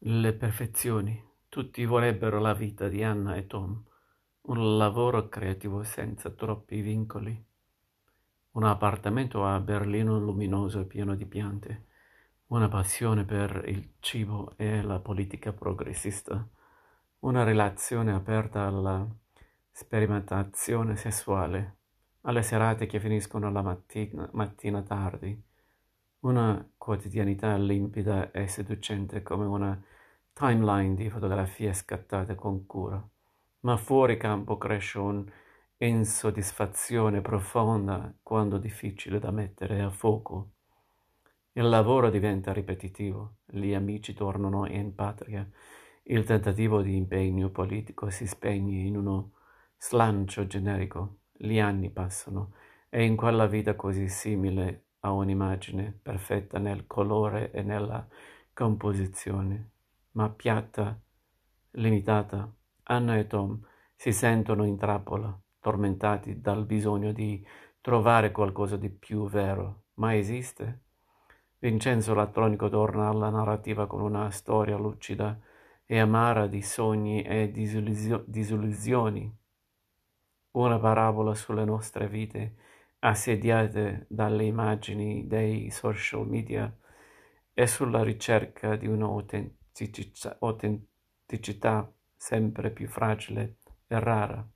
Le perfezioni. Tutti vorrebbero la vita di Anna e Tom, un lavoro creativo senza troppi vincoli, un appartamento a Berlino luminoso e pieno di piante, una passione per il cibo e la politica progressista, una relazione aperta alla sperimentazione sessuale, alle serate che finiscono la mattina tardi, una quotidianità limpida e seducente come una timeline di fotografie scattate con cura, ma fuori campo cresce un'insoddisfazione profonda quando difficile da mettere a fuoco. Il lavoro diventa ripetitivo, gli amici tornano in patria, il tentativo di impegno politico si spegne in uno slancio generico, gli anni passano e in quella vita così simile a un'immagine perfetta nel colore e nella composizione, ma piatta, limitata, Anna e Tom si sentono in trappola, tormentati dal bisogno di trovare qualcosa di più vero. Ma esiste? Vincenzo Latronico torna alla narrativa con una storia lucida e amara di sogni e disillusioni, una parabola sulle nostre vite assediate dalle immagini dei social media e sulla ricerca di un'autenticità sempre più fragile e rara.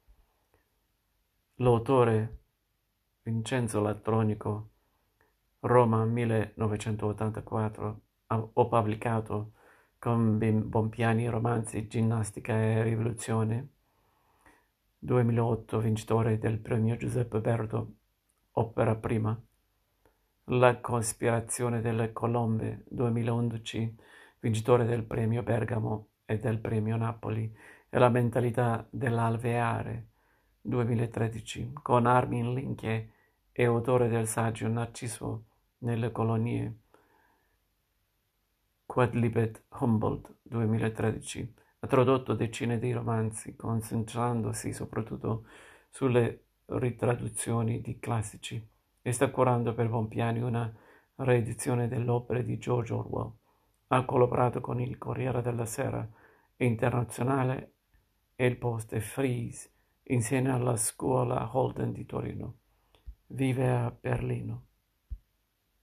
L'autore Vincenzo Latronico, Roma 1984, ho pubblicato con Bompiani romanzi Ginnastica e Rivoluzione, 2008 vincitore del premio Giuseppe Verdo, opera prima, La cospirazione delle colombe, 2011 vincitore del premio Bergamo e del premio Napoli, e La mentalità dell'alveare, 2013, con Armin Linke e autore del saggio Narciso nelle colonie, Quodlibet Humboldt, 2013, ha tradotto decine di romanzi, concentrandosi soprattutto sulle ritraduzioni di classici, e sta curando per Bompiani una riedizione delle opere di George Orwell. Ha collaborato con il Corriere della Sera Internazionale e il Post e Freeze, insieme alla Scuola Holden di Torino. Vive a Berlino.